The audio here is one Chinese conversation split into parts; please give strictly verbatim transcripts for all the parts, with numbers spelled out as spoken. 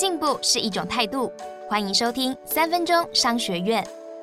进步是一种态度。欢迎收听三分钟商学院。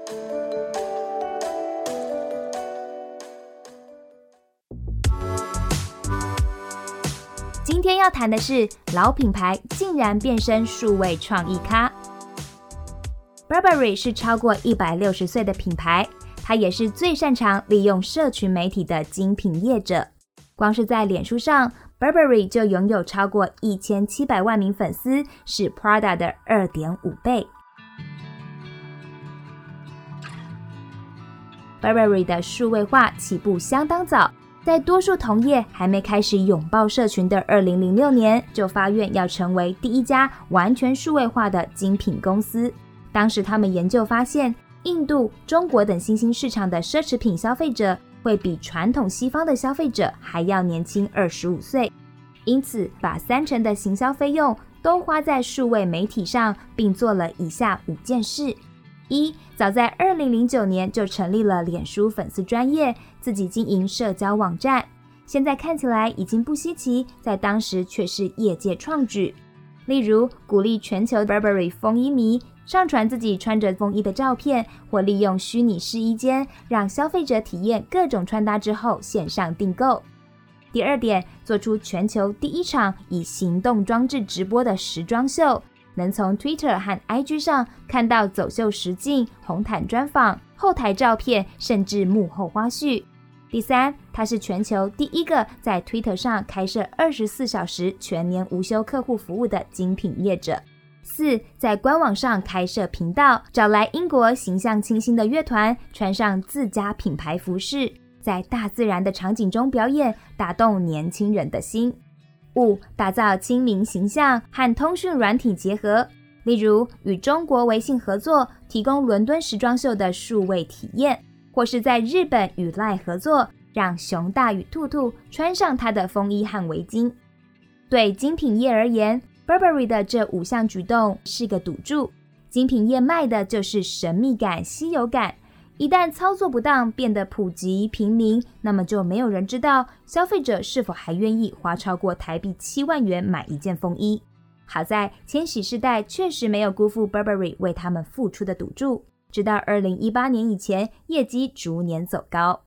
今天要谈的是老品牌竟然变身数位创意咖。Burberry 是超过一百六十岁的品牌，它也是最擅长利用社群媒体的精品业者。光是在脸书上 Burberry 就拥有超过一千七百万名粉丝，是 Prada 的 二点五 倍。Burberry 的数位化起步相当早，在多数同业还没开始拥抱社群的二零零六年，就发愿要成为第一家完全数位化的精品公司。当时他们研究发现，印度、中国等新兴市场的奢侈品消费者会比传统西方的消费者还要年轻二十五岁，因此把三成的行销费用都花在数位媒体上，并做了以下五件事。一，早在二零零九年就成立了脸书粉丝专页，自己经营社交网站，现在看起来已经不稀奇，在当时却是业界创举。例如鼓励全球 Burberry 风衣迷上传自己穿着风衣的照片，或利用虚拟试衣间让消费者体验各种穿搭之后线上订购。第二点，做出全球第一场以行动装置直播的时装秀，能从 Twitter 和 I G 上看到走秀实境、红毯专访、后台照片，甚至幕后花絮。第三，它是全球第一个在 Twitter 上开设二十四小时全年无休客户服务的精品业者。四，在官网上开设频道，找来英国形象清新的乐团，穿上自家品牌服饰，在大自然的场景中表演，打动年轻人的心。五，打造亲民形象和通讯软体结合，例如与中国微信合作，提供伦敦时装秀的数位体验，或是在日本与 LINE 合作，让熊大与兔兔穿上他的风衣和围巾。对精品业而言， Burberry 的这五项举动是个赌注，精品业卖的就是神秘感、稀有感，一旦操作不当变得普及平民，那么就没有人知道消费者是否还愿意花超过台币七万元买一件风衣。好在千禧世代确实没有辜负 Burberry 为他们付出的赌注，直到二零一八年以前，业绩逐年走高。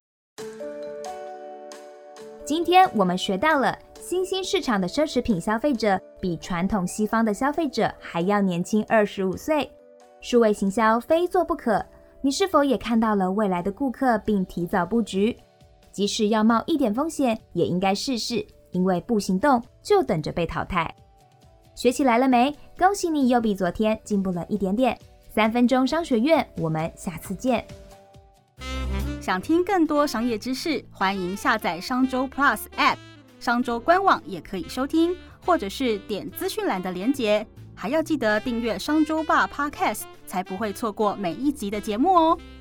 今天我们学到了新兴市场的奢侈品消费者比传统西方的消费者还要年轻二十五岁。数位行销非做不可，你是否也看到了未来的顾客并提早布局？即使要冒一点风险，也应该试试，因为不行动就等着被淘汰。学起来了没？恭喜你又比昨天进步了一点点。三分钟商学院，我们下次见。 想听更多商业知识，欢迎下载商周 Plus App， 商周官网也可以收听，或者是点资讯栏的连结。还要记得订阅商周吧 Podcast， 才不会错过每一集的节目哦。